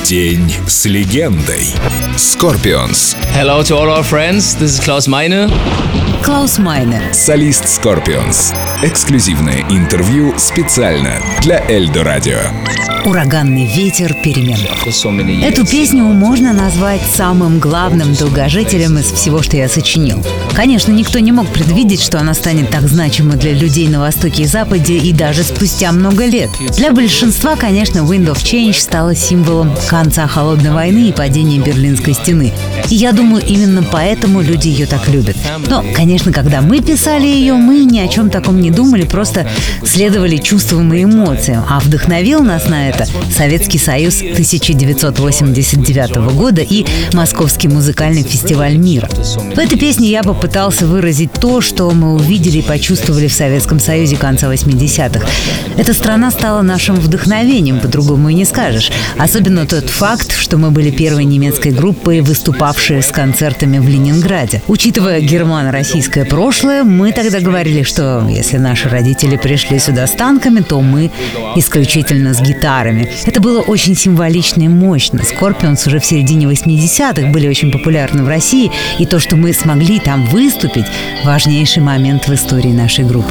День с легендой. Scorpions. Hello to all our friends, this is Klaus Meine. Клаус Майне. Солист Scorpions. Эксклюзивное интервью специально для Эльдо Радио. Ураганный ветер перемен. Эту Эту песню можно назвать самым главным долгожителем из всего, что я сочинил. Конечно, никто не мог предвидеть, что она станет так значима для людей на Востоке и Западе и даже спустя много лет. Для большинства, конечно, Wind of Change стала символом конца Холодной войны и падения Берлинской стены. И я думаю, именно поэтому люди ее так любят. Но, конечно, когда мы писали ее, мы ни о чем таком не думали, просто следовали чувствам и эмоциям. А вдохновил нас на это Советский Союз 1989 года и Московский музыкальный фестиваль мира. В этой песне я попытался выразить то, что мы увидели и почувствовали в Советском Союзе конца 80-х. Эта страна стала нашим вдохновением, по-другому и не скажешь. Особенно тот факт, что мы были первой немецкой группой, выступавшей с концертами в Ленинграде. Учитывая германо-российское прошлое, мы тогда говорили, что если наши родители пришли сюда с танками, то мы исключительно с гитарами. Это было очень символично и мощно. Scorpions уже в середине 80-х были очень популярны в России, и то, что мы смогли там выступить, важнейший момент в истории нашей группы.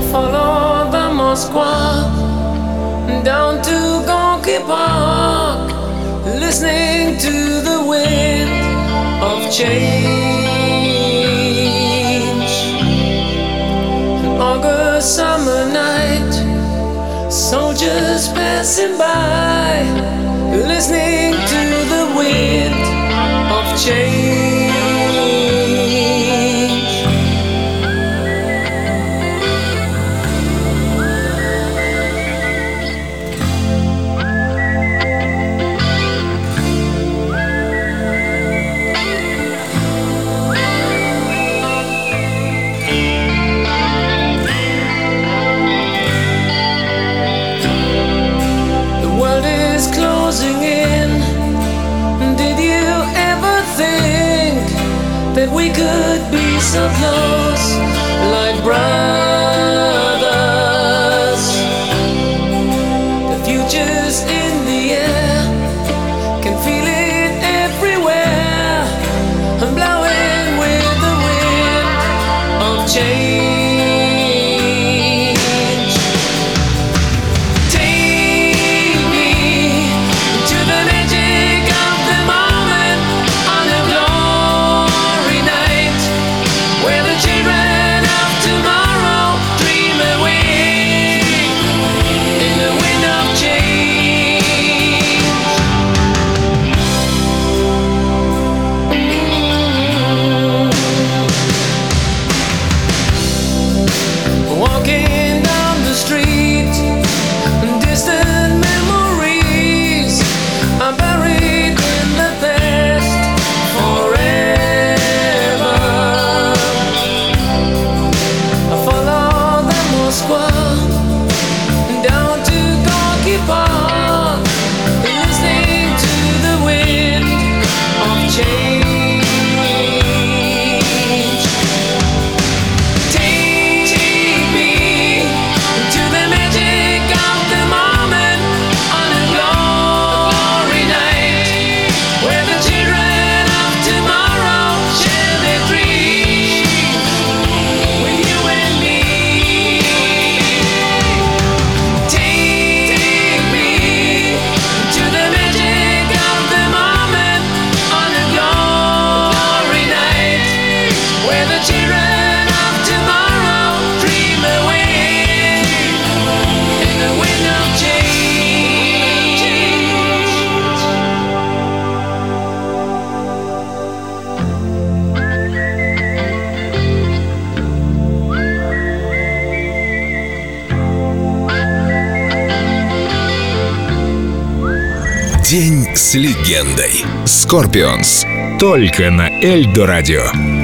Soldiers passing by, listening to the wind of change. Closing in. Did you ever think that we could be so close, like brothers? The future's in the air, can feel it everywhere. I'm blowing with the wind of change. Walking down the street, distant memories are buried in the past forever. I follow the Moskva down to Gorky Park, listening to the wind of change. День с легендой. Scorpions. Только на Эльдо Радио.